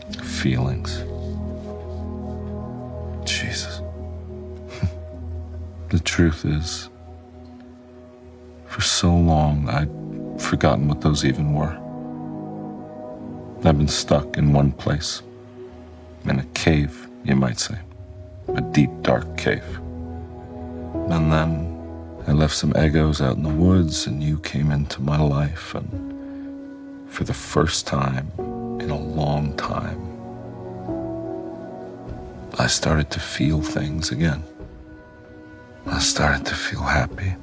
Feelings. Jesus. The truth is, for so long, I'd forgotten what those even were. I've been stuck in one place. In a cave, you might say. A deep, dark cave. And then I left some Eggos out in the woods, and you came into my life, and for the first time in a long time, I started to feel things again. I started to feel happy.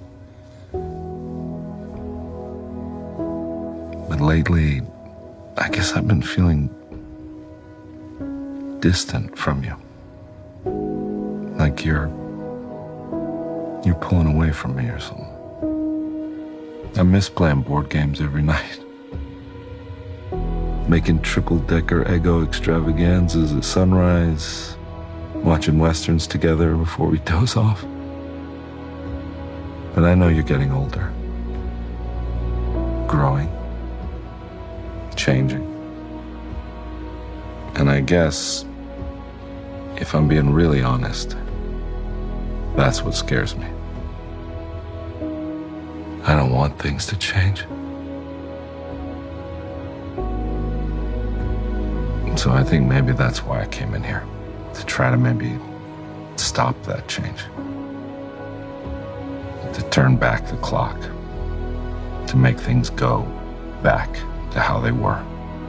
But lately, I guess I've been feeling distant from you. Like you're pulling away from me or something. I miss playing board games every night. Making triple-decker Eggo extravaganzas at sunrise. Watching westerns together before we doze off. But I know you're getting older. Growing. Changing. And I guess, if I'm being really honest, that's what scares me. I don't want things to change. So I think maybe that's why I came in here. To try to maybe stop that change. To turn back the clock. To make things go back to how they were.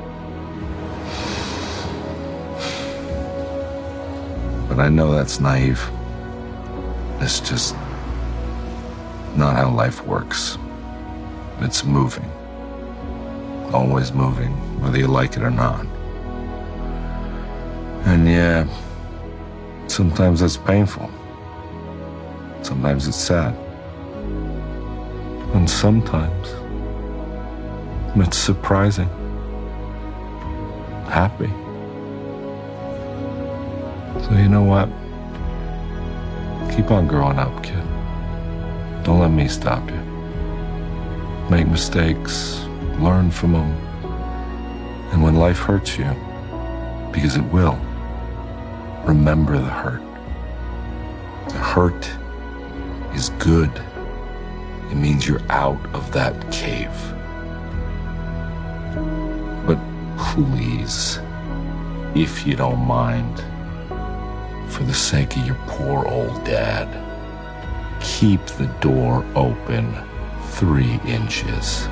But I know that's naive. It's just not how life works. It's moving. Always moving, whether you like it or not. And yeah, sometimes it's painful. Sometimes it's sad. And sometimes it's surprising. Happy. So you know what? Keep on growing up, kid. Don't let me stop you. Make mistakes, learn from them. And when life hurts you, because it will, remember the hurt. The hurt is good. It means you're out of that cave. But please, if you don't mind, for the sake of your poor old dad, keep the door open 3 inches.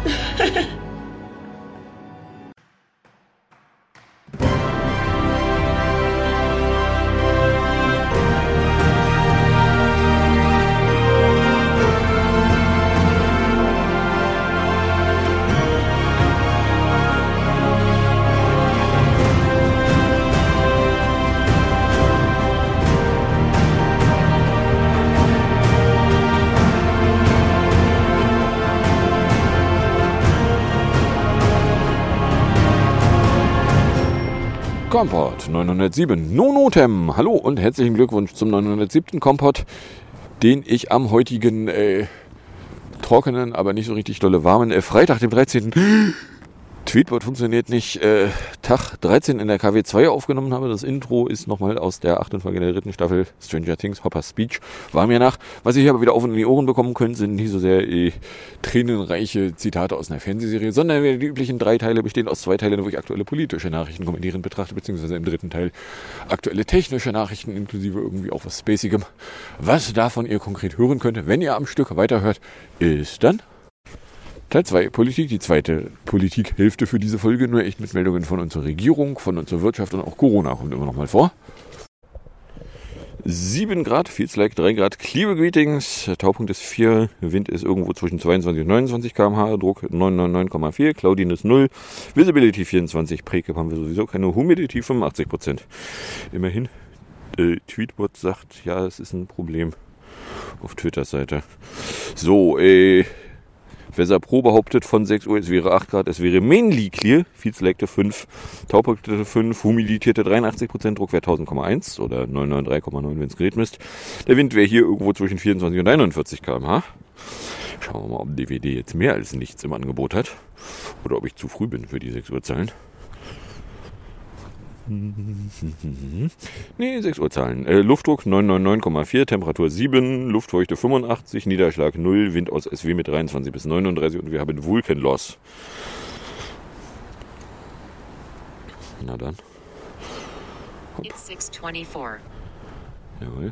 Kompott 907 Nonotem. Hallo und herzlichen Glückwunsch zum 907. Kompott, den ich am heutigen trockenen, aber nicht so richtig dolle warmen Freitag, dem 13. Tweetbot funktioniert nicht. Tag 13 in der KW2 aufgenommen habe. Das Intro ist nochmal aus der 8. Folge der 3. Staffel Stranger Things, Hopper's Speech. War mir nach. Was ihr hier aber wieder auf und in die Ohren bekommen könnt, sind nicht so sehr tränenreiche Zitate aus einer Fernsehserie, sondern die üblichen 3 Teile bestehen aus 2 Teilen, wo ich aktuelle politische Nachrichten kommentierend betrachte, beziehungsweise im 3. Teil aktuelle technische Nachrichten, inklusive irgendwie auch was Spacigem. Was davon ihr konkret hören könnt, wenn ihr am Stück weiterhört, ist dann Teil 2 Politik, die zweite Politikhälfte für diese Folge, nur echt mit Meldungen von unserer Regierung, von unserer Wirtschaft und auch Corona kommt immer noch mal vor. 7 Grad, feels like 3 Grad, Clear Greetings, Taupunkt ist 4, Wind ist irgendwo zwischen 22 und 29 km/h, Druck 999,4, Cloudiness 0, Visibility 24, Precap haben wir sowieso keine, Humidity 85%. Immerhin, Tweetbot sagt, ja, es ist ein Problem auf Twitter-Seite. So, Weser Pro behauptet von 6 Uhr, es wäre 8 Grad, es wäre mainly clear, feels like 5, Taupunkt 5, Humidität 83%, Druckwert 1000,1 oder 993,9, wenn es Gerät misst. Der Wind wäre hier irgendwo zwischen 24 und 41 km/h. Schauen wir mal, ob DVD jetzt mehr als nichts im Angebot hat oder ob ich zu früh bin für die 6 Uhr Zahlen. Nee, 6 Uhr Zahlen. Luftdruck 999,4, Temperatur 7, Luftfeuchte 85, Niederschlag 0, Wind aus SW mit 23 bis 39 und wir haben Vulcanloss. Na dann. Hopp. It's 6:24. Jawohl.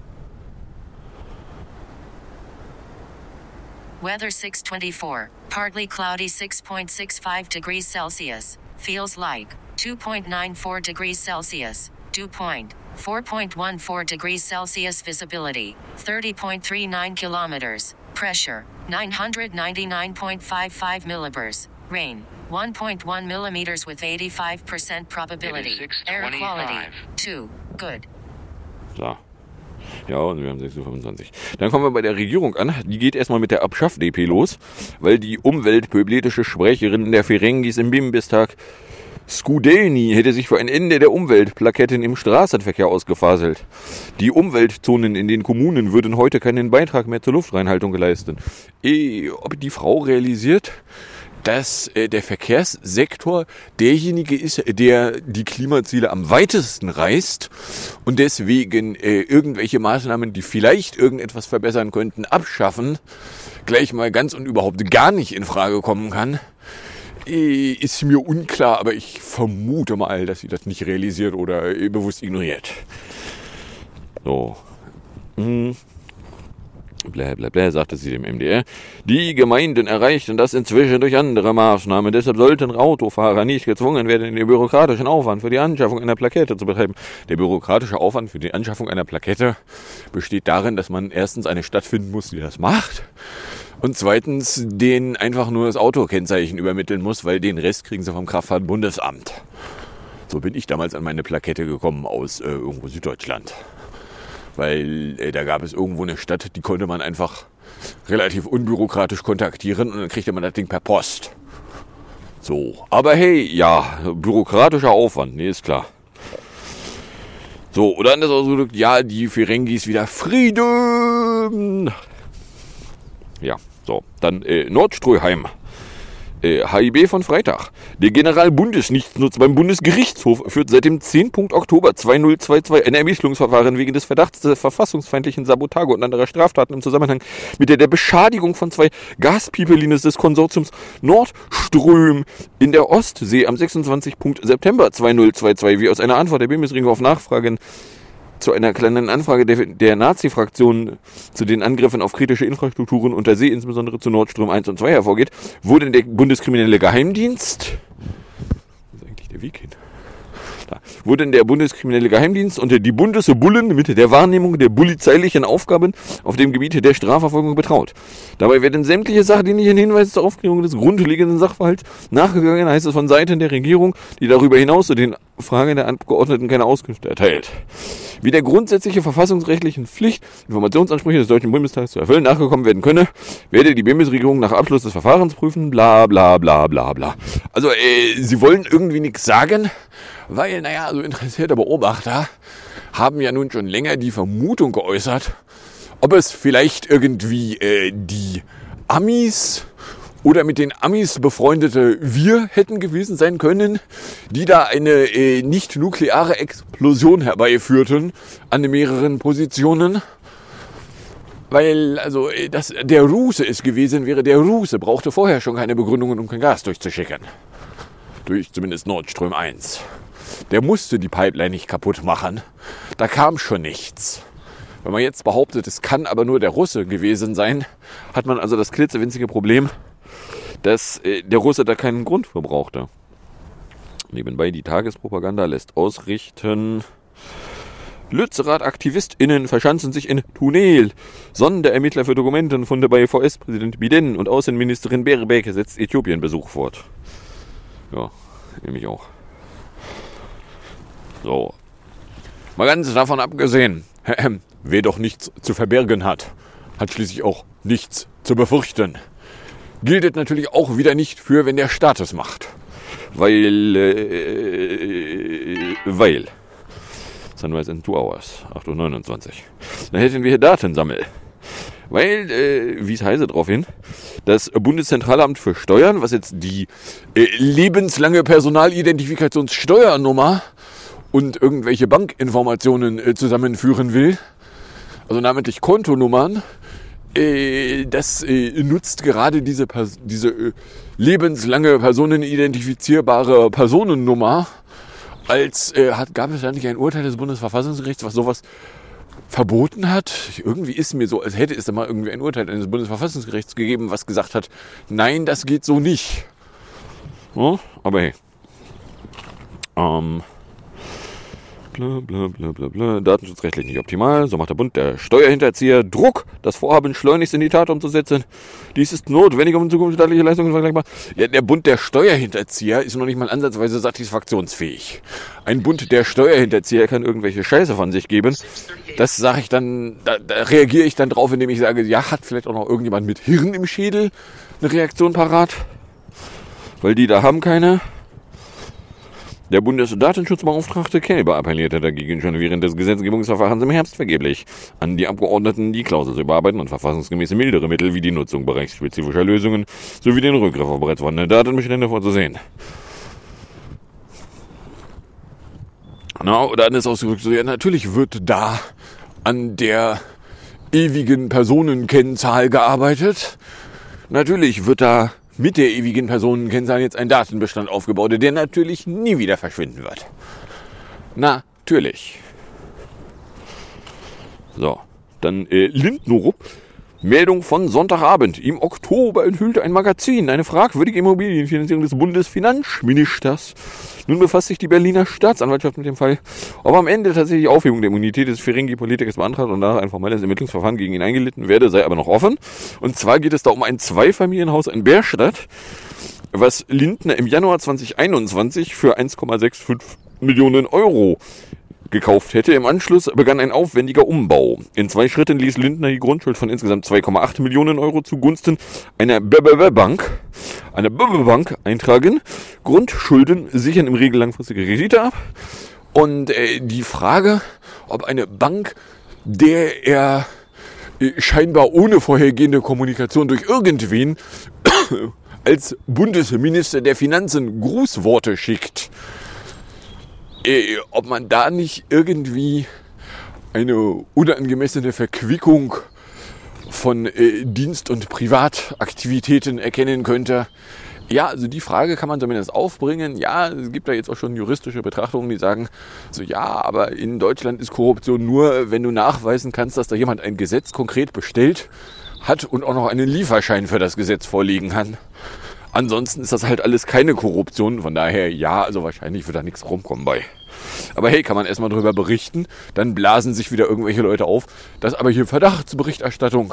Weather 6:24. Partly cloudy 6.65 degrees Celsius. Feels like 2.94 degrees Celsius. Dew point 4.14 degrees Celsius. Visibility 30.39 kilometers. Pressure 999.55 millibars. Rain 1.1 millimeters with 85% probability. Air quality 2. Good. So. Ja, und wir haben 6.25 Uhr. Dann kommen wir bei der Regierung an. Die geht erstmal mit der Abschaff-DP los, weil die umweltpöbletische Sprecherin der Ferengis im Bundestag, Skudelny, hätte sich für ein Ende der Umweltplaketten im Straßenverkehr ausgefaselt. Die Umweltzonen in den Kommunen würden heute keinen Beitrag mehr zur Luftreinhaltung leisten. Ob die Frau realisiert, dass der Verkehrssektor derjenige ist, der die Klimaziele am weitesten reißt und deswegen irgendwelche Maßnahmen, die vielleicht irgendetwas verbessern könnten, abschaffen, gleich mal ganz und überhaupt gar nicht in Frage kommen kann, ist mir unklar, aber ich vermute mal, dass sie das nicht realisiert oder bewusst ignoriert. So. Blablabla, sagte sie dem MDR. Die Gemeinden erreichten das inzwischen durch andere Maßnahmen. Deshalb sollten Autofahrer nicht gezwungen werden, den bürokratischen Aufwand für die Anschaffung einer Plakette zu betreiben. Der bürokratische Aufwand für die Anschaffung einer Plakette besteht darin, dass man erstens eine Stadt finden muss, die das macht, und zweitens denen einfach nur das Autokennzeichen übermitteln muss, weil den Rest kriegen sie vom Kraftfahrtbundesamt. So bin ich damals an meine Plakette gekommen aus irgendwo Süddeutschland. Weil da gab es irgendwo eine Stadt, die konnte man einfach relativ unbürokratisch kontaktieren und dann kriegte man das Ding per Post. So, aber hey, ja, bürokratischer Aufwand, nee, ist klar. So, oder anders ausgedrückt, ja, die Ferengis wieder Frieden. Ja, so, dann Nordströheim. HIB von Freitag. Der Generalbundesnichtsnutz beim Bundesgerichtshof führt seit dem 10. Oktober 2022 ein Ermittlungsverfahren wegen des Verdachts der verfassungsfeindlichen Sabotage und anderer Straftaten im Zusammenhang mit der Beschadigung von 2 Gaspipelines des Konsortiums Nordström in der Ostsee am 26. September 2022, wie aus einer Antwort der Bundesregierung auf Nachfragen zu einer kleinen Anfrage der Nazi-Fraktion zu den Angriffen auf kritische Infrastrukturen unter See, insbesondere zu Nordstream 1 und 2 hervorgeht, wurde der Bundeskriminelle Geheimdienst, wo ist eigentlich der Weg hin? Da wurde der Bundeskriminelle Geheimdienst und die Bundesbullen mit der Wahrnehmung der polizeilichen Aufgaben auf dem Gebiet der Strafverfolgung betraut. Dabei werden sämtliche sachdienlichen Hinweise zur Aufklärung des grundlegenden Sachverhalts nachgegangen, heißt es von Seiten der Regierung, die darüber hinaus zu den Fragen der Abgeordneten keine Auskunft erteilt. Wie der grundsätzliche verfassungsrechtlichen Pflicht, Informationsansprüche des Deutschen Bundestags zu erfüllen, nachgekommen werden könne, werde die Bundesregierung nach Abschluss des Verfahrens prüfen, bla bla bla bla bla. Also, sie wollen irgendwie nichts sagen, weil, naja, so interessierte Beobachter haben ja nun schon länger die Vermutung geäußert, ob es vielleicht irgendwie die Amis oder mit den Amis befreundete wir hätten gewesen sein können, die da eine nicht-nukleare Explosion herbeiführten an mehreren Positionen. Weil, also, dass der Russe es gewesen wäre, der Russe brauchte vorher schon keine Begründungen, um kein Gas durchzuschicken. Durch zumindest Nord Stream 1. Der musste die Pipeline nicht kaputt machen. Da kam schon nichts. Wenn man jetzt behauptet, es kann aber nur der Russe gewesen sein, hat man also das klitzewinzige Problem, dass der Russe da keinen Grund für brauchte. Nebenbei, die Tagespropaganda lässt ausrichten: Lützerath-AktivistInnen verschanzen sich in Tunnel. Sonderermittler für Dokumentenfunde bei VS-Präsident Biden und Außenministerin Baerbock setzt Äthiopien-Besuch fort. Ja, nehme ich auch. So. Mal ganz davon abgesehen, wer doch nichts zu verbergen hat, hat schließlich auch nichts zu befürchten. Gilt natürlich auch wieder nicht für, wenn der Staat es macht. Weil Sunrise in 2 Hours, 8.29 Uhr. Dann hätten wir hier Datensammel. Weil, wie es heißt darauf hin, das Bundeszentralamt für Steuern, was jetzt die lebenslange Personalidentifikationssteuernummer und irgendwelche Bankinformationen zusammenführen will, also namentlich Kontonummern, das nutzt gerade diese lebenslange personenidentifizierbare Personennummer gab es da nicht ein Urteil des Bundesverfassungsgerichts, was sowas verboten hat? Irgendwie ist mir so, als hätte es da mal irgendwie ein Urteil eines Bundesverfassungsgerichts gegeben, was gesagt hat, nein, das geht so nicht. Ja, aber hey. Bla bla bla bla bla. Datenschutzrechtlich nicht optimal. So macht der Bund der Steuerhinterzieher Druck, das Vorhaben schleunigst in die Tat umzusetzen. Dies ist notwendig, um in Zukunft staatliche Leistungen vergleichbar. Ja, der Bund der Steuerhinterzieher ist noch nicht mal ansatzweise satisfaktionsfähig. Ein Bund der Steuerhinterzieher kann irgendwelche Scheiße von sich geben. Das sage ich dann, da reagiere ich dann drauf, indem ich sage, ja, hat vielleicht auch noch irgendjemand mit Hirn im Schädel eine Reaktion parat? Weil die da haben keine. Der Bundesdatenschutzbeauftragte Kelber appellierte dagegen schon während des Gesetzgebungsverfahrens im Herbst vergeblich an die Abgeordneten, die Klausel zu überarbeiten und verfassungsgemäße mildere Mittel wie die Nutzung bereichsspezifischer Lösungen sowie den Rückgriff auf bereits vorhandene Datenbestände vorzusehen. Na, oder anders ausgedrückt, so, ja, natürlich wird da an der ewigen Personenkennzahl gearbeitet. Natürlich wird da mit der ewigen Personenkennzahl jetzt ein Datenbestand aufgebaut, der natürlich nie wieder verschwinden wird. Natürlich. So, dann Lindner. Meldung von Sonntagabend. Im Oktober enthüllte ein Magazin eine fragwürdige Immobilienfinanzierung des Bundesfinanzministers. Nun befasst sich die Berliner Staatsanwaltschaft mit dem Fall, ob am Ende tatsächlich Aufhebung der Immunität des Ferengi-Politikers beantragt und danach ein formelles Ermittlungsverfahren gegen ihn eingelitten werde, sei aber noch offen. Und zwar geht es da um ein Zweifamilienhaus in Bärstadt, was Lindner im Januar 2021 für 1,65 Millionen Euro gekauft hätte. Im Anschluss begann ein aufwendiger Umbau. In 2 Schritten ließ Lindner die Grundschuld von insgesamt 2,8 Millionen Euro zugunsten einer Bank eintragen. Grundschulden sichern im Regel langfristige Kredite ab. Und die Frage, ob eine Bank, der er scheinbar ohne vorhergehende Kommunikation durch irgendwen als Bundesminister der Finanzen Grußworte schickt, ob man da nicht irgendwie eine unangemessene Verquickung von Dienst- und Privataktivitäten erkennen könnte. Ja, also die Frage kann man zumindest aufbringen. Ja, es gibt da jetzt auch schon juristische Betrachtungen, die sagen, so ja, aber in Deutschland ist Korruption nur, wenn du nachweisen kannst, dass da jemand ein Gesetz konkret bestellt hat und auch noch einen Lieferschein für das Gesetz vorliegen kann. Ansonsten ist das halt alles keine Korruption. Von daher, ja, also wahrscheinlich wird da nichts rumkommen bei. Aber hey, kann man erstmal drüber berichten, dann blasen sich wieder irgendwelche Leute auf, dass aber hier Verdachtsberichterstattung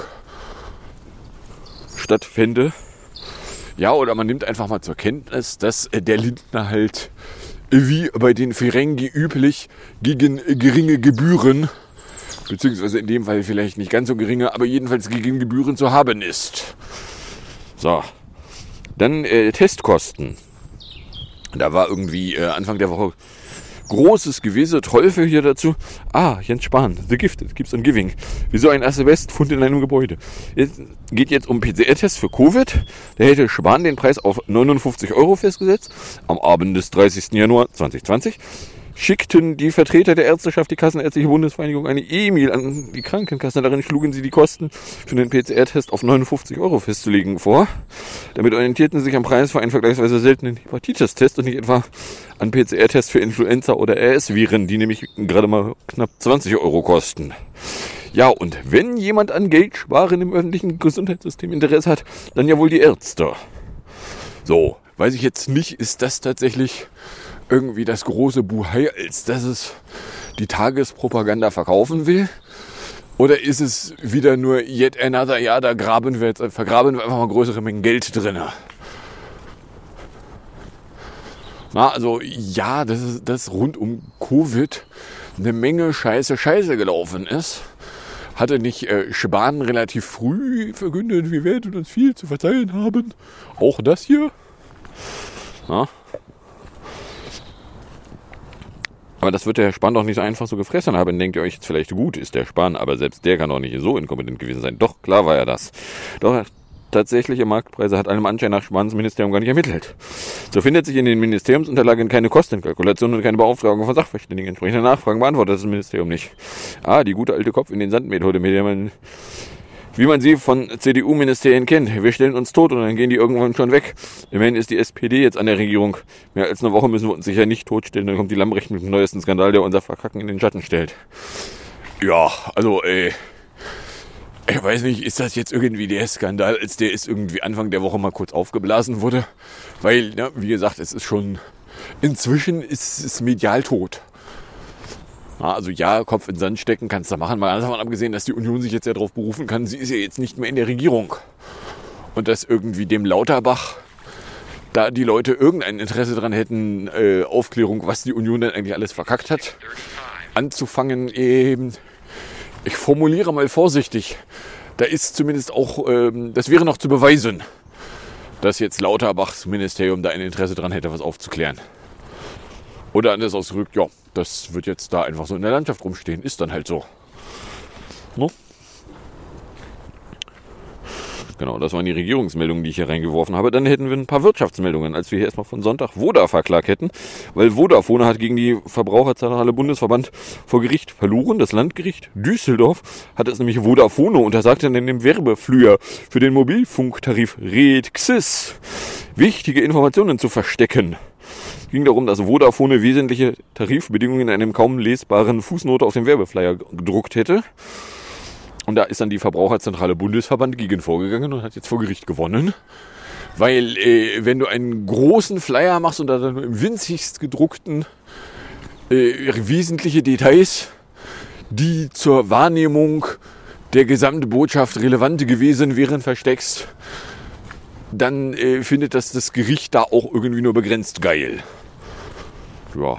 stattfände. Ja, oder man nimmt einfach mal zur Kenntnis, dass der Lindner halt, wie bei den Ferengi üblich, gegen geringe Gebühren, beziehungsweise in dem Fall vielleicht nicht ganz so geringe, aber jedenfalls gegen Gebühren zu haben ist. So. Dann Testkosten. Da war irgendwie Anfang der Woche großes Gewese, Teufel hier dazu. Jens Spahn, The Gifted, gibt's an Giving. Wieso ein Asbestfund in einem Gebäude? Geht jetzt um PCR-Test für Covid. Da hätte Spahn den Preis auf 59 Euro festgesetzt. Am Abend des 30. Januar 2020 schickten die Vertreter der Ärzteschaft, die Kassenärztliche Bundesvereinigung, eine E-Mail an die Krankenkasse. Darin schlugen sie die Kosten für den PCR-Test auf 59 Euro festzulegen vor. Damit orientierten sie sich am Preis für einen vergleichsweise seltenen Hepatitis-Test und nicht etwa an PCR-Tests für Influenza oder RS-Viren, die nämlich gerade mal knapp 20 Euro kosten. Ja, und wenn jemand an Geld sparen im öffentlichen Gesundheitssystem Interesse hat, dann ja wohl die Ärzte. So, weiß ich jetzt nicht, ist das tatsächlich irgendwie das große Buhai, als dass es die Tagespropaganda verkaufen will? Oder ist es wieder nur yet another, ja, da vergraben wir einfach mal größere Mengen Geld drin? Na, also ja, dass rund um Covid eine Menge Scheiße gelaufen ist. Hatte nicht Spahn relativ früh verkündet, wir werden uns viel zu verzeihen haben? Auch das hier? Na? Aber das wird der Spahn doch nicht so einfach so gefressen haben. Denkt ihr euch jetzt vielleicht, gut ist der Spahn, aber selbst der kann doch nicht so inkompetent gewesen sein. Doch, klar war er das. Doch, tatsächliche Marktpreise hat allem Anschein nach Spahns Ministerium gar nicht ermittelt. So findet sich in den Ministeriumsunterlagen keine Kostenkalkulation und keine Beauftragung von Sachverständigen. Entsprechende Nachfragen beantwortet das Ministerium nicht. Die gute alte Kopf in den Sand-Methode, mit der man, wie man sie von CDU-Ministerien kennt. Wir stellen uns tot und dann gehen die irgendwann schon weg. Immerhin ist die SPD jetzt an der Regierung. Mehr als eine Woche müssen wir uns sicher nicht totstellen. Dann kommt die Lambrecht mit dem neuesten Skandal, der unser Verkacken in den Schatten stellt. Ja, also, ich weiß nicht, ist das jetzt irgendwie der Skandal, als der ist irgendwie Anfang der Woche mal kurz aufgeblasen wurde? Weil, ja, wie gesagt, es ist schon, inzwischen ist es medial tot. Also ja, Kopf in den Sand stecken kannst du machen, mal ganz davon abgesehen, dass die Union sich jetzt ja darauf berufen kann, sie ist ja jetzt nicht mehr in der Regierung. Und dass irgendwie dem Lauterbach, da die Leute irgendein Interesse dran hätten, Aufklärung, was die Union denn eigentlich alles verkackt hat, anzufangen eben. Ich formuliere mal vorsichtig, da ist zumindest auch, das wäre noch zu beweisen, dass jetzt Lauterbachs Ministerium da ein Interesse dran hätte, was aufzuklären. Oder anders ausgedrückt, ja, das wird jetzt da einfach so in der Landschaft rumstehen, ist dann halt so. No? Genau, das waren die Regierungsmeldungen, die ich hier reingeworfen habe. Dann hätten wir ein paar Wirtschaftsmeldungen, als wir hier erstmal von Sonntag Voda verklagt hätten, weil Vodafone hat gegen die Verbraucherzentrale Bundesverband vor Gericht verloren. Das Landgericht Düsseldorf hat es nämlich Vodafone untersagt, in dem Werbeflyer für den Mobilfunktarif RedXis wichtige Informationen zu verstecken. Es ging darum, dass Vodafone wesentliche Tarifbedingungen in einem kaum lesbaren Fußnote auf dem Werbeflyer gedruckt hätte. Und da ist dann die Verbraucherzentrale Bundesverband gegen vorgegangen und hat jetzt vor Gericht gewonnen. Weil wenn du einen großen Flyer machst und da dann im winzigst gedruckten wesentliche Details, die zur Wahrnehmung der Gesamtbotschaft relevant gewesen wären, versteckst, dann findet das Gericht da auch irgendwie nur begrenzt geil. Ja.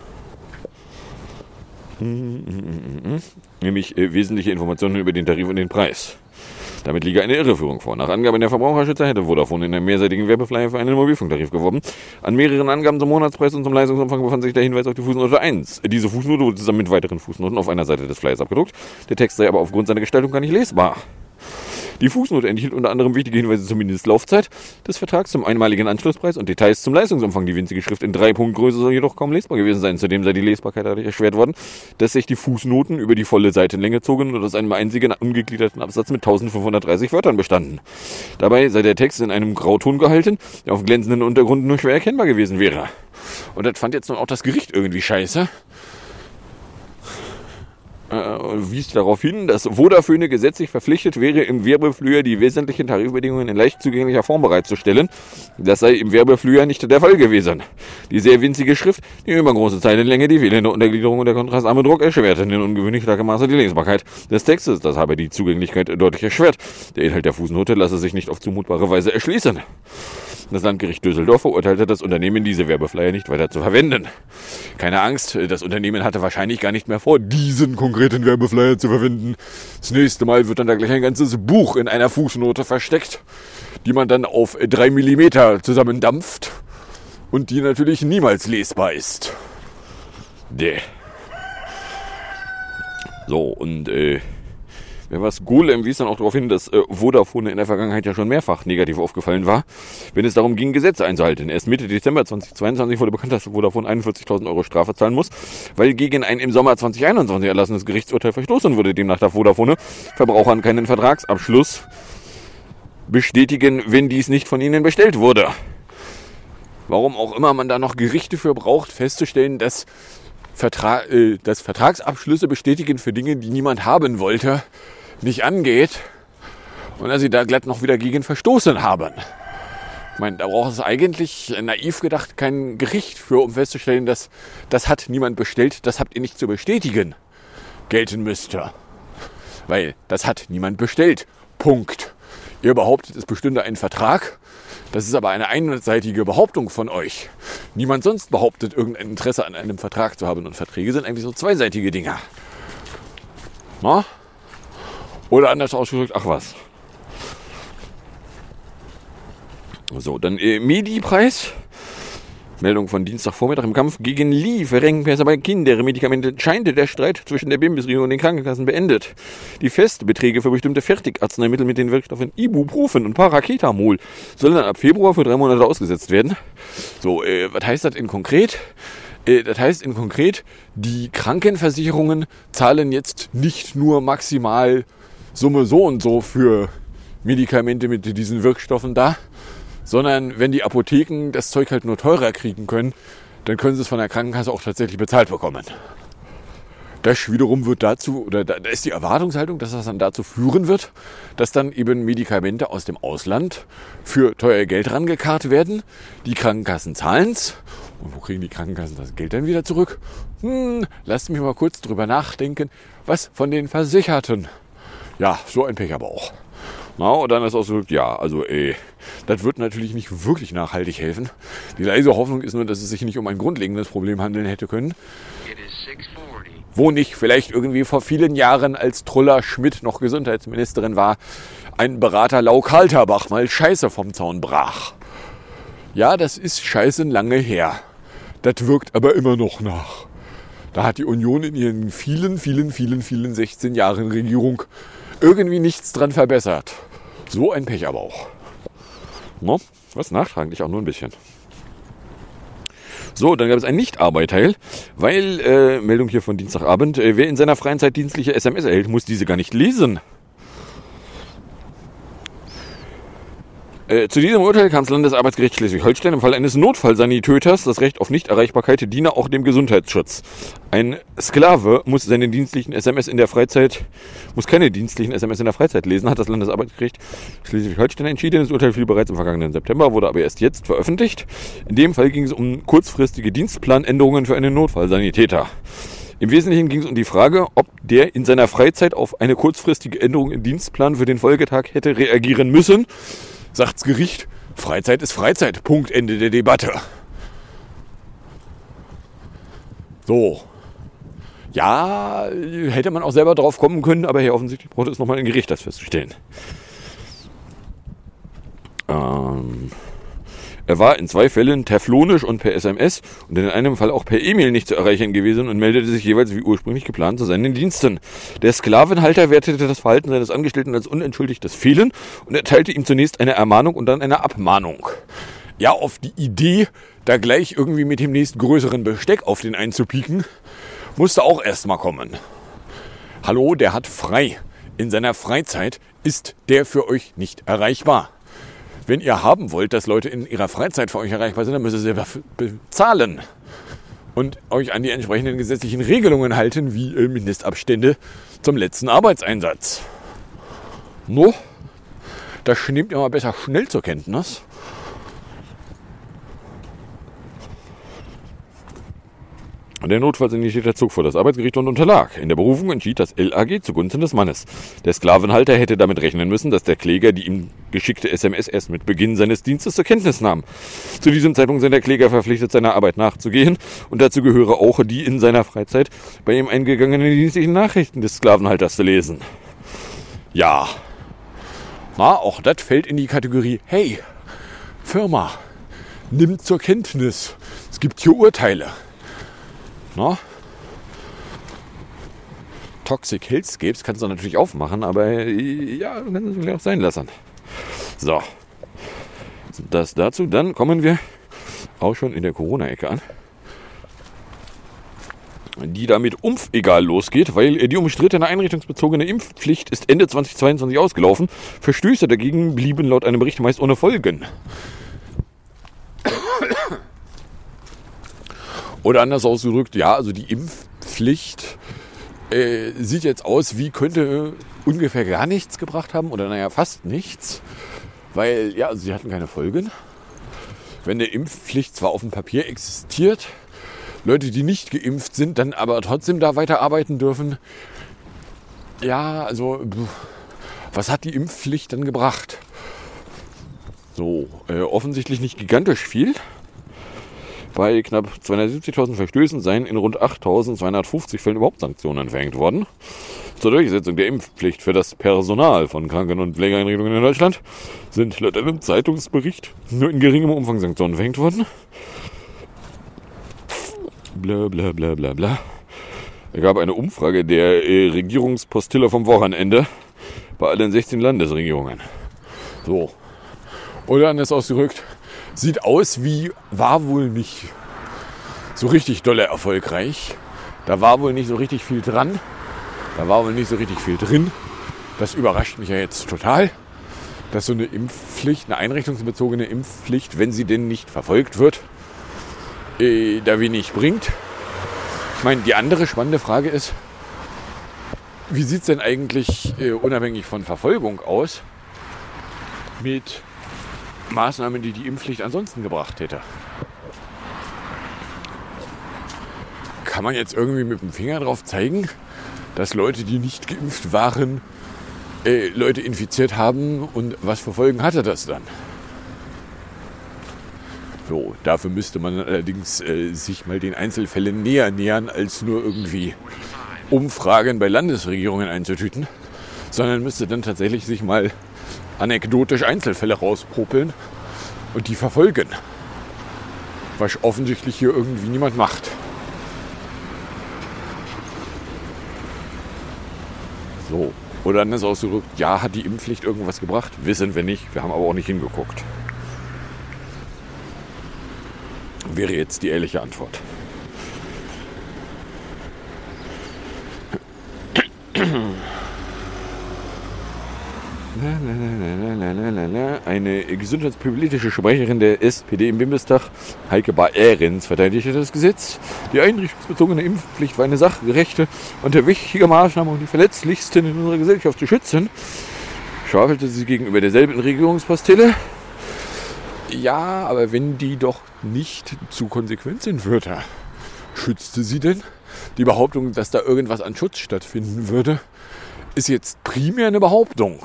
Nämlich wesentliche Informationen über den Tarif und den Preis. Damit liege eine Irreführung vor. Nach Angaben der Verbraucherschützer hätte Vodafone in einem mehrseitigen Werbeflyer für einen Mobilfunktarif geworben. An mehreren Angaben zum Monatspreis und zum Leistungsumfang befand sich der Hinweis auf die Fußnote 1. Diese Fußnote wurde zusammen mit weiteren Fußnoten auf einer Seite des Flyers abgedruckt. Der Text sei aber aufgrund seiner Gestaltung gar nicht lesbar. Die Fußnote enthielt unter anderem wichtige Hinweise zur Mindestlaufzeit des Vertrags, zum einmaligen Anschlusspreis und Details zum Leistungsumfang. Die winzige Schrift in 3 Punktgröße soll jedoch kaum lesbar gewesen sein. Zudem sei die Lesbarkeit dadurch erschwert worden, dass sich die Fußnoten über die volle Seitenlänge zogen und aus einem einzigen ungegliederten Absatz mit 1530 Wörtern bestanden. Dabei sei der Text in einem Grauton gehalten, der auf glänzenden Untergrund nur schwer erkennbar gewesen wäre. Und das fand jetzt nun auch das Gericht irgendwie scheiße. Wies darauf hin, dass Vodafone gesetzlich verpflichtet wäre, im Werbeflyer die wesentlichen Tarifbedingungen in leicht zugänglicher Form bereitzustellen. Das sei im Werbeflyer nicht der Fall gewesen. Die sehr winzige Schrift, die übergroße Zeilenlänge, die fehlende Untergliederung und der kontrastarme Druck erschwerten in ungewöhnlich starkem Maße die Lesbarkeit des Textes. Das habe die Zugänglichkeit deutlich erschwert. Der Inhalt der Fußnote lasse sich nicht auf zumutbare Weise erschließen. Das Landgericht Düsseldorf verurteilte das Unternehmen, diese Werbeflyer nicht weiter zu verwenden. Keine Angst, das Unternehmen hatte wahrscheinlich gar nicht mehr vor, diesen konkreten Werbeflyer zu verwenden. Das nächste Mal wird dann da gleich ein ganzes Buch in einer Fußnote versteckt, die man dann auf 3 mm zusammendampft und die natürlich niemals lesbar ist. So, und wer was Golem wies dann auch darauf hin, dass Vodafone in der Vergangenheit ja schon mehrfach negativ aufgefallen war, wenn es darum ging, Gesetze einzuhalten. Erst Mitte Dezember 2022 wurde bekannt, dass Vodafone 41.000 Euro Strafe zahlen muss, weil gegen ein im Sommer 2021 erlassenes Gerichtsurteil verstoßen wurde. Demnach darf Vodafone Verbrauchern keinen Vertragsabschluss bestätigen, wenn dies nicht von ihnen bestellt wurde. Warum auch immer man da noch Gerichte für braucht, festzustellen, dass Vertragsabschlüsse bestätigen für Dinge, die niemand haben wollte, nicht angeht und dass sie da glatt noch wieder gegen verstoßen haben. Ich meine, da braucht es eigentlich, naiv gedacht, kein Gericht für, um festzustellen, dass das hat niemand bestellt, das habt ihr nicht zu bestätigen, gelten müsste. Weil das hat niemand bestellt. Punkt. Ihr behauptet, es bestünde ein Vertrag. Das ist aber eine einseitige Behauptung von euch. Niemand sonst behauptet, irgendein Interesse an einem Vertrag zu haben. Und Verträge sind eigentlich so zweiseitige Dinger. Na? Oder anders ausgedrückt, ach was. So, dann Medi-Preis. Meldung von Dienstagvormittag: Im Kampf gegen Lieferengpässe bei Kindermedikamenten scheint der Streit zwischen der Bundesregierung und den Krankenkassen beendet. Die Festbeträge für bestimmte Fertigarzneimittel mit den Wirkstoffen Ibuprofen und Paracetamol sollen dann ab Februar für 3 Monate ausgesetzt werden. So, was heißt das in konkret? Das heißt in konkret, die Krankenversicherungen zahlen jetzt nicht nur maximal Summe so und so für Medikamente mit diesen Wirkstoffen da, sondern wenn die Apotheken das Zeug halt nur teurer kriegen können, dann können sie es von der Krankenkasse auch tatsächlich bezahlt bekommen. Das wiederum wird dazu, oder da ist die Erwartungshaltung, dass das dann dazu führen wird, dass dann eben Medikamente aus dem Ausland für teuer Geld rangekarrt werden. Die Krankenkassen zahlen's. Und wo kriegen die Krankenkassen das Geld dann wieder zurück? Lasst mich mal kurz drüber nachdenken. Was von den Versicherten? Ja, so ein Pech aber auch. Na, und dann ist auch so, ja, also das wird natürlich nicht wirklich nachhaltig helfen. Die leise Hoffnung ist nur, dass es sich nicht um ein grundlegendes Problem handeln hätte können. Wo nicht vielleicht irgendwie vor vielen Jahren, als Trulla Schmidt noch Gesundheitsministerin war, ein Berater Lau Kalterbach mal Scheiße vom Zaun brach. Ja, das ist scheißen lange her. Das wirkt aber immer noch nach. Da hat die Union in ihren vielen 16 Jahren Regierung irgendwie nichts dran verbessert. So ein Pech aber auch. No, was nachtragend, auch nur ein bisschen. So, dann gab es ein Nicht-Arbeit-Teil, weil, Meldung hier von Dienstagabend, wer in seiner freien Zeit dienstliche SMS erhält, muss diese gar nicht lesen. Zu diesem Urteil kam das Landesarbeitsgericht Schleswig-Holstein im Fall eines Notfallsanitäters. Das Recht auf Nichterreichbarkeit diene auch dem Gesundheitsschutz. Ein Sklave muss keine dienstlichen SMS in der Freizeit lesen, hat das Landesarbeitsgericht Schleswig-Holstein entschieden. Das Urteil fiel bereits im vergangenen September, wurde aber erst jetzt veröffentlicht. In dem Fall ging es um kurzfristige Dienstplanänderungen für einen Notfallsanitäter. Im Wesentlichen ging es um die Frage, ob der in seiner Freizeit auf eine kurzfristige Änderung im Dienstplan für den Folgetag hätte reagieren müssen. Sagt's Gericht, Freizeit ist Freizeit. Punkt, Ende der Debatte. So. Ja, hätte man auch selber drauf kommen können, aber hier offensichtlich braucht es nochmal ein Gericht, das festzustellen. Er war in 2 Fällen teflonisch und per SMS und in einem Fall auch per E-Mail nicht zu erreichen gewesen und meldete sich jeweils wie ursprünglich geplant zu seinen Diensten. Der Sklavenhalter wertete das Verhalten seines Angestellten als unentschuldigtes Fehlen und erteilte ihm zunächst eine Ermahnung und dann eine Abmahnung. Ja, auf die Idee, da gleich irgendwie mit dem nächsten größeren Besteck auf den einzupieken, musste auch erstmal kommen. Hallo, der hat frei. In seiner Freizeit ist der für euch nicht erreichbar. Wenn ihr haben wollt, dass Leute in ihrer Freizeit für euch erreichbar sind, dann müsst ihr selber bezahlen und euch an die entsprechenden gesetzlichen Regelungen halten, wie Mindestabstände zum letzten Arbeitseinsatz. No, das nehmt ihr mal besser schnell zur Kenntnis. Der Notfallsanitäter zog vor das Arbeitsgericht und unterlag. In der Berufung entschied das LAG zugunsten des Mannes. Der Sklavenhalter hätte damit rechnen müssen, dass der Kläger die ihm geschickte SMS erst mit Beginn seines Dienstes zur Kenntnis nahm. Zu diesem Zeitpunkt sei der Kläger verpflichtet, seiner Arbeit nachzugehen und dazu gehöre auch die in seiner Freizeit bei ihm eingegangenen dienstlichen Nachrichten des Sklavenhalters zu lesen. Ja, auch das fällt in die Kategorie, hey, Firma, nimmt zur Kenntnis, es gibt hier Urteile. Toxic Hellscapes kannst du natürlich aufmachen, aber ja, du kannst es vielleicht auch sein lassen. So, das dazu. Dann kommen wir auch schon in der Corona-Ecke an, die damit egal losgeht, weil die umstrittene einrichtungsbezogene Impfpflicht ist Ende 2022 ausgelaufen. Verstöße dagegen blieben laut einem Bericht meist ohne Folgen. Oder anders ausgedrückt, ja, also die Impfpflicht sieht jetzt aus, wie könnte ungefähr gar nichts gebracht haben oder naja, fast nichts, weil ja, also sie hatten keine Folgen. Wenn eine Impfpflicht zwar auf dem Papier existiert, Leute, die nicht geimpft sind, dann aber trotzdem da weiter arbeiten dürfen, ja, also was hat die Impfpflicht dann gebracht? So, offensichtlich nicht gigantisch viel. Bei knapp 270.000 Verstößen seien in rund 8.250 Fällen überhaupt Sanktionen verhängt worden. Zur Durchsetzung der Impfpflicht für das Personal von Kranken- und Pflegeeinrichtungen in Deutschland sind laut einem Zeitungsbericht nur in geringem Umfang Sanktionen verhängt worden. bla bla bla bla bla. Es gab eine Umfrage der Regierungspostille vom Wochenende bei allen 16 Landesregierungen. So. Oder anders ausgedrückt, sieht aus wie, war wohl nicht so richtig dolle erfolgreich. Da war wohl nicht so richtig viel dran. Da war wohl nicht so richtig viel drin. Das überrascht mich ja jetzt total, dass so eine Impfpflicht, eine einrichtungsbezogene Impfpflicht, wenn sie denn nicht verfolgt wird, da wenig bringt. Ich meine, die andere spannende Frage ist, wie sieht es denn eigentlich unabhängig von Verfolgung aus mit Maßnahmen, die die Impfpflicht ansonsten gebracht hätte? Kann man jetzt irgendwie mit dem Finger drauf zeigen, dass Leute, die nicht geimpft waren, Leute infiziert haben, und was für Folgen hatte das dann? So, dafür müsste man allerdings sich mal den Einzelfällen näher nähern, als nur irgendwie Umfragen bei Landesregierungen einzutüten, sondern müsste dann tatsächlich sich mal anekdotisch Einzelfälle rauspopeln und die verfolgen. Was offensichtlich hier irgendwie niemand macht. So. Oder anders ausgedrückt, ja, hat die Impfpflicht irgendwas gebracht? Wissen wir nicht, wir haben aber auch nicht hingeguckt. Wäre jetzt die ehrliche Antwort. Eine gesundheitspolitische Sprecherin der SPD im Bundestag, Heike Baerens, verteidigte das Gesetz. Die einrichtungsbezogene Impfpflicht war eine sachgerechte und eine wichtige Maßnahme, um die Verletzlichsten in unserer Gesellschaft zu schützen. Schwafelte sie gegenüber derselben Regierungspostille. Ja, aber wenn die doch nicht zu konsequent sind, würde, schützte sie denn? Die Behauptung, dass da irgendwas an Schutz stattfinden würde, ist jetzt primär eine Behauptung.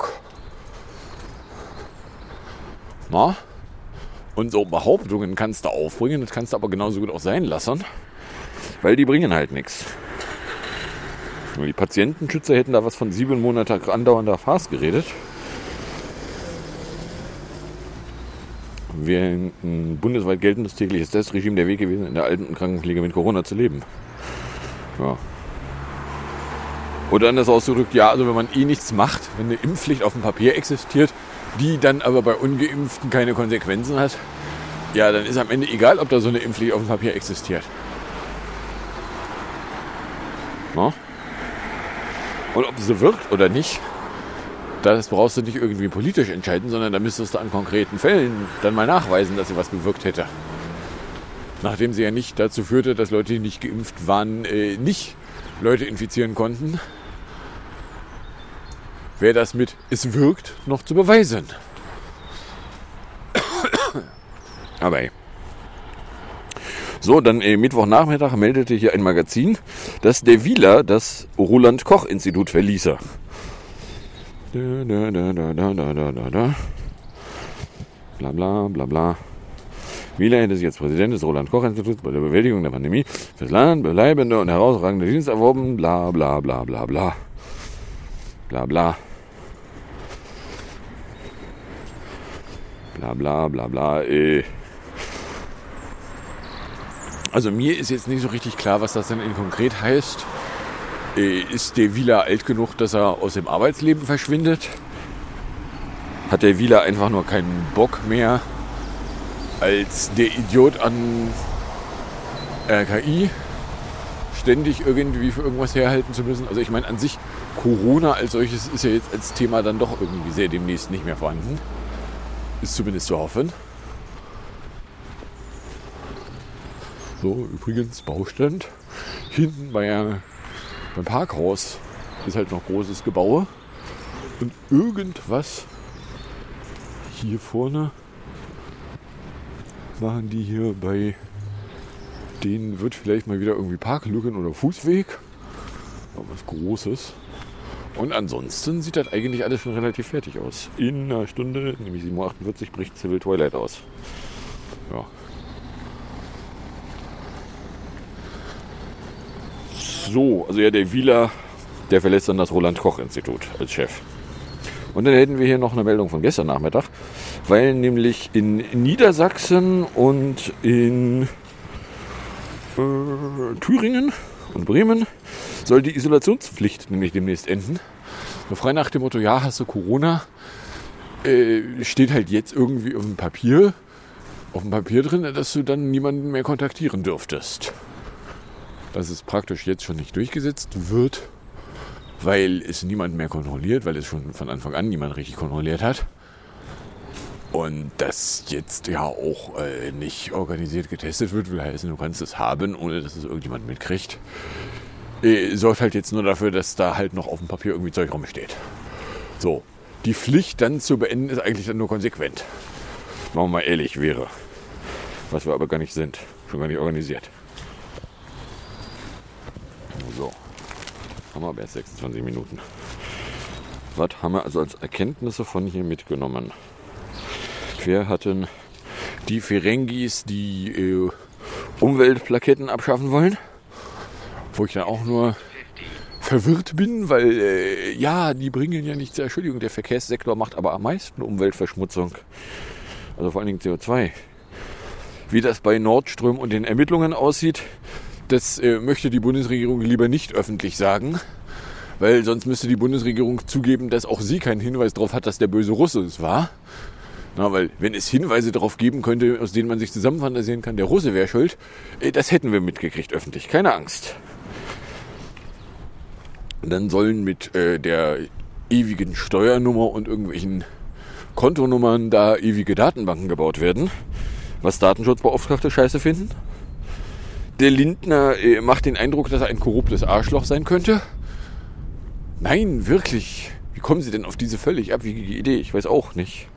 Na? Und so Behauptungen kannst du aufbringen, das kannst du aber genauso gut auch sein lassen, weil die bringen halt nichts. Die Patientenschützer hätten da was von 7 Monaten andauernder Farce geredet. Wäre ein bundesweit geltendes tägliches Testregime der Weg gewesen, in der Alten- und Krankenpflege mit Corona zu leben. Ja. Oder anders ausgedrückt, ja, also wenn man nichts macht, wenn eine Impfpflicht auf dem Papier existiert, die dann aber bei Ungeimpften keine Konsequenzen hat, ja, dann ist am Ende egal, ob da so eine Impfpflicht auf dem Papier existiert. Na? Und ob sie wirkt oder nicht, das brauchst du nicht irgendwie politisch entscheiden, sondern da müsstest du an konkreten Fällen dann mal nachweisen, dass sie was bewirkt hätte. Nachdem sie ja nicht dazu führte, dass Leute, die nicht geimpft waren, nicht Leute infizieren konnten, wäre das mit es wirkt noch zu beweisen. Aber ey. So, dann Mittwochnachmittag meldete hier ein Magazin, dass der Wieler das Roland-Koch-Institut verließe. Bla bla bla bla. Wieler hätte sich jetzt Präsident des Roland-Koch-Instituts bei der Bewältigung der Pandemie fürs Land bleibende und herausragende Dienst erworben. Bla bla bla bla bla. Bla bla. Bla bla bla bla. Also mir ist jetzt nicht so richtig klar, was das denn konkret heißt. Ist der Wieler alt genug, dass er aus dem Arbeitsleben verschwindet? Hat der Wieler einfach nur keinen Bock mehr, als der Idiot an RKI ständig irgendwie für irgendwas herhalten zu müssen? Also ich meine, an sich, Corona als solches ist ja jetzt als Thema dann doch irgendwie sehr demnächst nicht mehr vorhanden. Ist zumindest zu hoffen. So, übrigens Baustand. Hinten beim Parkhaus ist halt noch großes Gebaue. Und irgendwas hier vorne machen die hier bei denen, wird vielleicht mal wieder irgendwie Parklücken oder Fußweg. Aber was Großes. Und ansonsten sieht das eigentlich alles schon relativ fertig aus. In einer Stunde, nämlich 7:48 Uhr, bricht Civil Twilight aus. Ja. So, also ja, der Wieler, der verlässt dann das Roland-Koch-Institut als Chef. Und dann hätten wir hier noch eine Meldung von gestern Nachmittag, weil nämlich in Niedersachsen und in Thüringen und Bremen soll die Isolationspflicht nämlich demnächst enden. So frei nach dem Motto, ja, hast du Corona, steht halt jetzt irgendwie auf dem Papier drin, dass du dann niemanden mehr kontaktieren dürftest. Dass es praktisch jetzt schon nicht durchgesetzt wird, weil es niemand mehr kontrolliert, weil es schon von Anfang an niemand richtig kontrolliert hat. Und das jetzt ja auch nicht organisiert getestet wird, will heißen, du kannst es haben, ohne dass es irgendjemand mitkriegt. Sorgt halt jetzt nur dafür, dass da halt noch auf dem Papier irgendwie Zeug rumsteht. So, die Pflicht dann zu beenden ist eigentlich dann nur konsequent. Machen wir mal ehrlich, wäre. Was wir aber gar nicht sind. Schon gar nicht organisiert. So. Haben wir aber erst 26 Minuten. Was haben wir also als Erkenntnisse von hier mitgenommen? Wir hatten die Ferengis, die Umweltplaketten abschaffen wollen. Wo ich dann auch nur verwirrt bin, weil die bringen ja nichts. Entschuldigung, der Verkehrssektor macht aber am meisten Umweltverschmutzung. Also vor allen Dingen CO2. Wie das bei Nordström und den Ermittlungen aussieht, das möchte die Bundesregierung lieber nicht öffentlich sagen. Weil sonst müsste die Bundesregierung zugeben, dass auch sie keinen Hinweis darauf hat, dass der böse Russe es war. Na, weil wenn es Hinweise darauf geben könnte, aus denen man sich zusammenfantasieren kann, der Russe wäre schuld, das hätten wir mitgekriegt öffentlich. Keine Angst. Und dann sollen mit der ewigen Steuernummer und irgendwelchen Kontonummern da ewige Datenbanken gebaut werden, was Datenschutzbeauftragte scheiße finden. Der Lindner macht den Eindruck, dass er ein korruptes Arschloch sein könnte. Nein, wirklich. Wie kommen Sie denn auf diese völlig abwegige Idee? Ich weiß auch nicht.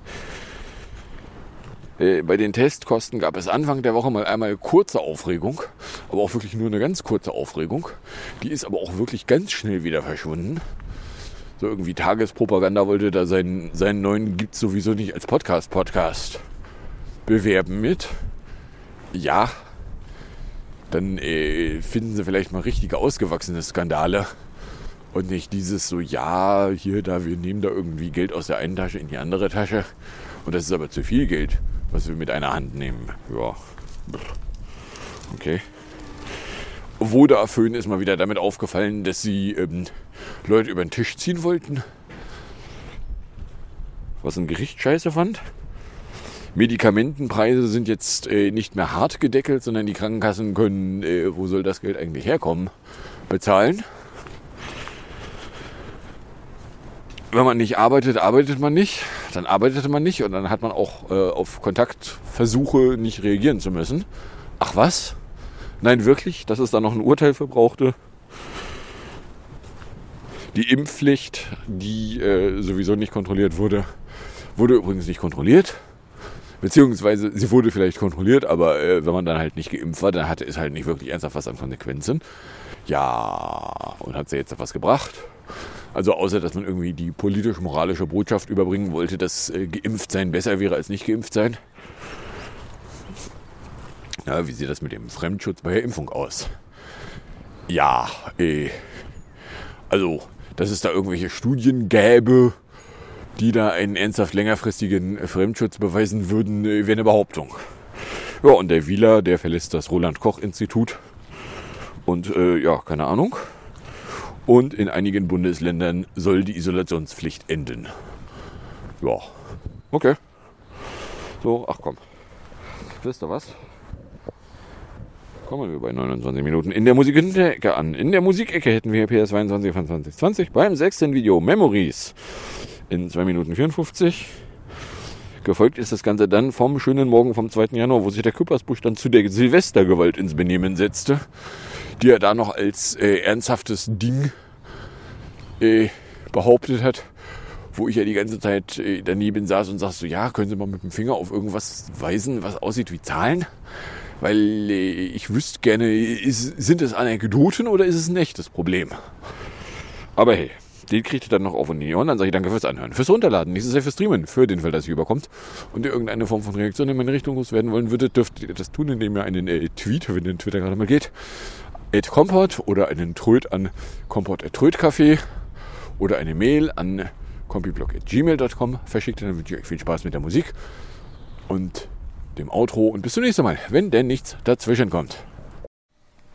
Bei den Testkosten gab es Anfang der Woche mal einmal kurze Aufregung, aber auch wirklich nur eine ganz kurze Aufregung. Die ist aber auch wirklich ganz schnell wieder verschwunden. So irgendwie Tagespropaganda wollte da seinen neuen gibt's sowieso nicht als Podcast bewerben mit. Ja, dann finden sie vielleicht mal richtige ausgewachsene Skandale und nicht dieses so, ja, hier, da, wir nehmen da irgendwie Geld aus der einen Tasche in die andere Tasche und das ist aber zu viel Geld, was wir mit einer Hand nehmen. Ja, okay. Vodafone ist mal wieder damit aufgefallen, dass sie Leute über den Tisch ziehen wollten. Was ein Gericht scheiße fand. Medikamentenpreise sind jetzt nicht mehr hart gedeckelt, sondern die Krankenkassen können, wo soll das Geld eigentlich herkommen, bezahlen. Wenn man nicht arbeitet, arbeitet man nicht. Dann arbeitete man nicht und dann hat man auch auf Kontaktversuche nicht reagieren zu müssen. Ach was? Nein, wirklich? Dass es da noch ein Urteil für brauchte? Die Impfpflicht, die sowieso nicht kontrolliert wurde übrigens nicht kontrolliert. Beziehungsweise sie wurde vielleicht kontrolliert, aber wenn man dann halt nicht geimpft war, dann hatte es halt nicht wirklich ernsthaft was an Konsequenzen. Ja, und hat sie jetzt was gebracht? Also außer, dass man irgendwie die politisch-moralische Botschaft überbringen wollte, dass geimpft sein besser wäre als nicht geimpft sein. Ja, wie sieht das mit dem Fremdschutz bei der Impfung aus? Ja, also, dass es da irgendwelche Studien gäbe, die da einen ernsthaft längerfristigen Fremdschutz beweisen würden, wäre eine Behauptung. Ja, und der Wieler, der verlässt das Roland-Koch-Institut und keine Ahnung. Und in einigen Bundesländern soll die Isolationspflicht enden. Ja, okay. So, ach komm. Wisst ihr was? Kommen wir bei 29 Minuten in der Musikecke an. In der Musikecke hätten wir PS 22 von 2020 beim 6. Video Memories in 2 Minuten 54. Gefolgt ist das Ganze dann vom schönen Morgen vom 2. Januar, wo sich der Küppersbusch dann zu der Silvestergewalt ins Benehmen setzte, die er da noch als ernsthaftes Ding behauptet hat, wo ich ja die ganze Zeit daneben saß und sagte so, ja, können Sie mal mit dem Finger auf irgendwas weisen, was aussieht wie Zahlen? Weil ich wüsste gerne, sind es Anekdoten oder ist es ein echtes Problem? Aber hey, den kriegt ihr dann noch auf und nie. Und dann sage ich danke fürs Anhören, fürs Runterladen, nächstes Jahr fürs Streamen, für den Fall, dass ihr überkommt und ihr irgendeine Form von Reaktion in meine Richtung loswerden wollen würdet, dürft ihr das tun, indem ihr einen Tweet, wenn den Twitter gerade mal geht, @comport oder einen Tröd an comport@trödcafé oder eine Mail an compiblog@gmail.com verschickt. Dann wünsche ich euch viel Spaß mit der Musik und dem Outro und bis zum nächsten Mal, wenn denn nichts dazwischen kommt.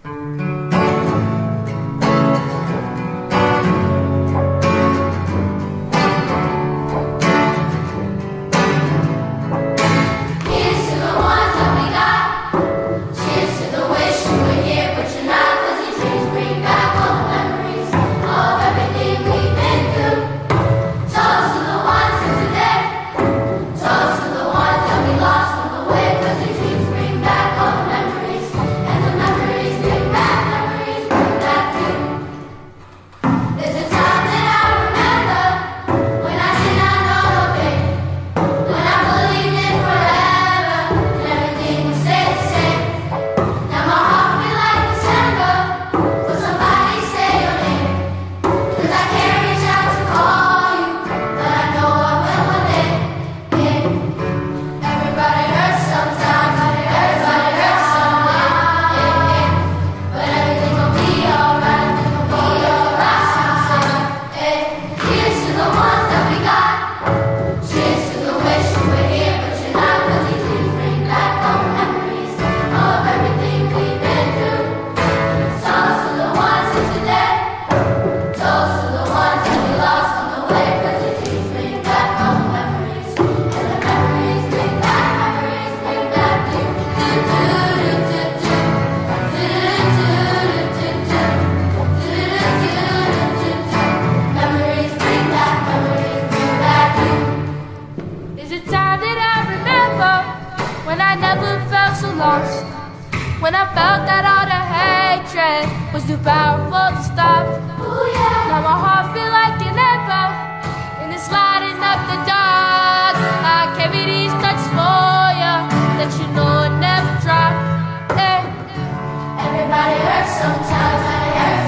When I felt that all the hatred was too powerful to stop. Ooh, yeah. Now my heart feel like an ember, and it's lighting up the dark. I carry these touches for ya, that you know it never drop. Hey. Everybody hurts sometimes, and it hurts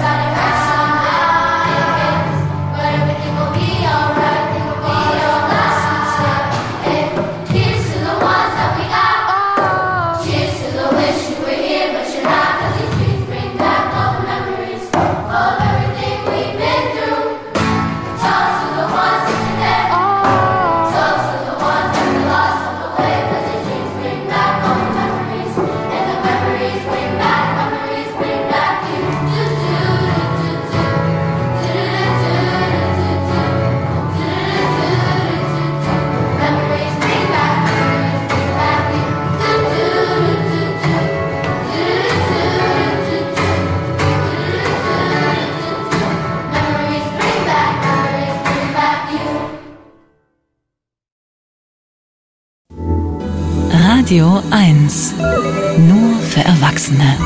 sometimes. But everything will be alright, everything will be alright. Hey. Here's to the ones that we got. Cheers to the wish you were here, but you're not. 'Cause these dreams bring back all the memories of everything we've been through. Toast to the ones that you're dead. Toast to the ones that we lost on the way. 'Cause these dreams bring back all the memories, and the memories bring back you. Memories bring back you. Memories bring back you. Radio 1. Nur für Erwachsene.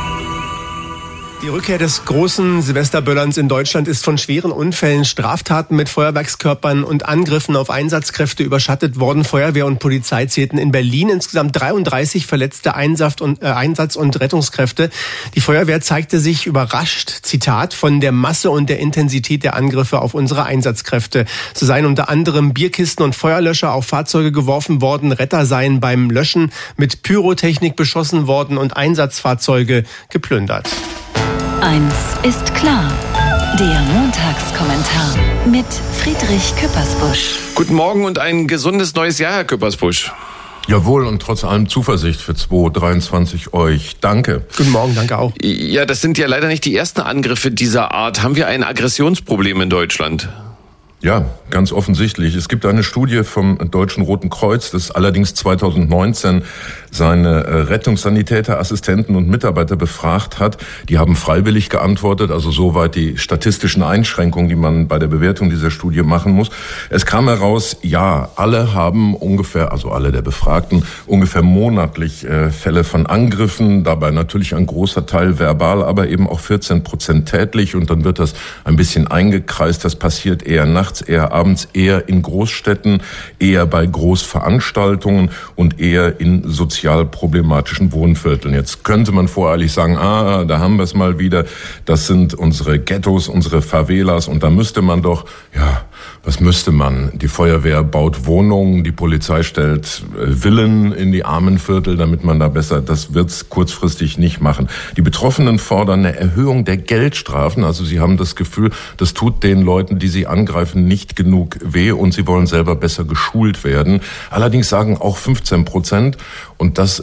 Die Rückkehr des großen Silvesterböllerns in Deutschland ist von schweren Unfällen, Straftaten mit Feuerwerkskörpern und Angriffen auf Einsatzkräfte überschattet worden. Feuerwehr und Polizei zählten in Berlin insgesamt 33 verletzte Einsatz- und Rettungskräfte. Die Feuerwehr zeigte sich überrascht, Zitat, von der Masse und der Intensität der Angriffe auf unsere Einsatzkräfte. So seien unter anderem Bierkisten und Feuerlöscher auf Fahrzeuge geworfen worden, Retter seien beim Löschen mit Pyrotechnik beschossen worden und Einsatzfahrzeuge geplündert. Eins ist klar. Der Montagskommentar mit Friedrich Küppersbusch. Guten Morgen und ein gesundes neues Jahr, Herr Küppersbusch. Jawohl, und trotz allem Zuversicht für 2023 euch. Danke. Guten Morgen, danke auch. Ja, das sind ja leider nicht die ersten Angriffe dieser Art. Haben wir ein Aggressionsproblem in Deutschland? Ja, ganz offensichtlich. Es gibt eine Studie vom Deutschen Roten Kreuz, das allerdings 2019 seine Rettungssanitäter, Assistenten und Mitarbeiter befragt hat. Die haben freiwillig geantwortet, also soweit die statistischen Einschränkungen, die man bei der Bewertung dieser Studie machen muss. Es kam heraus, ja, alle haben ungefähr, also alle der Befragten, ungefähr monatlich Fälle von Angriffen, dabei natürlich ein großer Teil verbal, aber eben auch 14% tätlich, und dann wird das ein bisschen eingekreist. Das passiert eher nachts, eher abends, eher in Großstädten, eher bei Großveranstaltungen und eher in sozial problematischen Wohnvierteln. Jetzt könnte man voreilig sagen, da haben wir es mal wieder, das sind unsere Ghettos, unsere Favelas, und da müsste man doch, ja, was müsste man? Die Feuerwehr baut Wohnungen, die Polizei stellt Villen in die Armenviertel, damit man da besser, das wird's kurzfristig nicht machen. Die Betroffenen fordern eine Erhöhung der Geldstrafen, also sie haben das Gefühl, das tut den Leuten, die sie angreifen, nicht genug weh, und sie wollen selber besser geschult werden. Allerdings sagen auch 15%, und das ist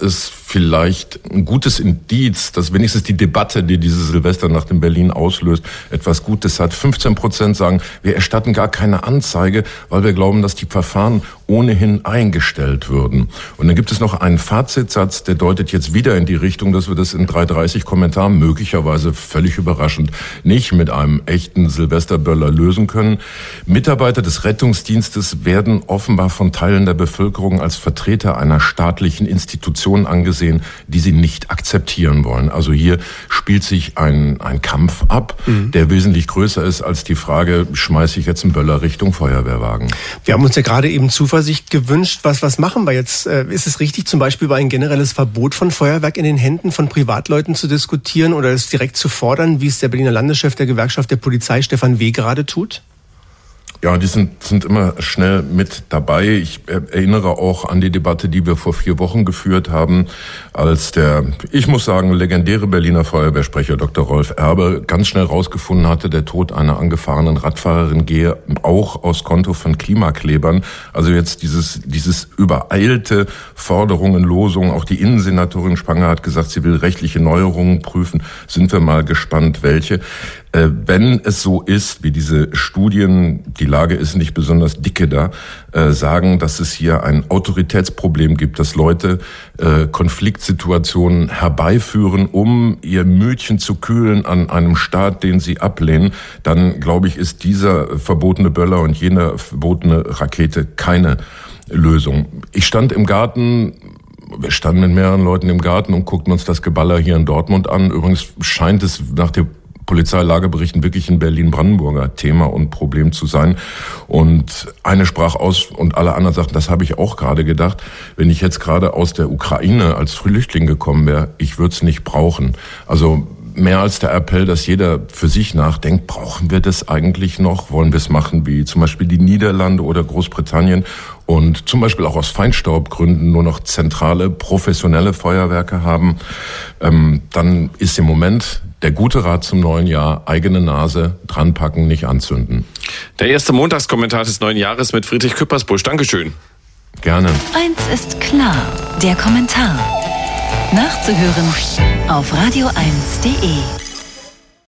vielleicht ein gutes Indiz, dass wenigstens die Debatte, die diese Silvesternacht in Berlin auslöst, etwas Gutes hat. 15% sagen, wir erstatten gar keine Anzeige, weil wir glauben, dass die Verfahren ohnehin eingestellt würden. Und dann gibt es noch einen Fazitsatz, der deutet jetzt wieder in die Richtung, dass wir das in 330 Kommentaren möglicherweise völlig überraschend nicht mit einem echten Silvesterböller lösen können. Mitarbeiter des Rettungsdienstes werden offenbar von Teilen der Bevölkerung als Vertreter einer staatlichen Institution angesehen, die sie nicht akzeptieren wollen. Also hier spielt sich ein Kampf ab, der wesentlich größer ist als die Frage, schmeiße ich jetzt einen Böller Richtung Feuerwehrwagen. Wir haben uns ja gerade eben Zuversicht gewünscht. Was machen wir jetzt? Ist es richtig, zum Beispiel über ein generelles Verbot von Feuerwerk in den Händen von Privatleuten zu diskutieren oder es direkt zu fordern, wie es der Berliner Landeschef der Gewerkschaft der Polizei, Stefan W. gerade tut? Ja, die sind immer schnell mit dabei. Ich erinnere auch an die Debatte, die wir vor 4 Wochen geführt haben, als der, ich muss sagen, legendäre Berliner Feuerwehrsprecher Dr. Rolf Erbe ganz schnell rausgefunden hatte, der Tod einer angefahrenen Radfahrerin gehe auch aus Konto von Klimaklebern. Also jetzt dieses übereilte Forderungen, Losungen. Auch die Innensenatorin Spanger hat gesagt, sie will rechtliche Neuerungen prüfen. Sind wir mal gespannt, welche. Wenn es so ist, wie diese Studien, die Lage ist nicht besonders dicke da, sagen, dass es hier ein Autoritätsproblem gibt, dass Leute Konfliktsituationen herbeiführen, um ihr Mütchen zu kühlen an einem Staat, den sie ablehnen, dann glaube ich, ist dieser verbotene Böller und jene verbotene Rakete keine Lösung. Ich stand im Garten. Wir standen mit mehreren Leuten im Garten und guckten uns das Geballer hier in Dortmund an. Übrigens scheint es nach der Polizeilageberichten wirklich ein Berlin-Brandenburger Thema und Problem zu sein. Und eine sprach aus und alle anderen sagten, das habe ich auch gerade gedacht. Wenn ich jetzt gerade aus der Ukraine als Flüchtling gekommen wäre, ich würde es nicht brauchen. Also mehr als der Appell, dass jeder für sich nachdenkt, brauchen wir das eigentlich noch? Wollen wir es machen wie zum Beispiel die Niederlande oder Großbritannien und zum Beispiel auch aus Feinstaubgründen nur noch zentrale, professionelle Feuerwerke haben? Dann ist im Moment der gute Rat zum neuen Jahr, eigene Nase, dranpacken, nicht anzünden. Der erste Montagskommentar des neuen Jahres mit Friedrich Küppersbusch. Dankeschön. Gerne. Eins ist klar, der Kommentar. Nachzuhören auf radio1.de.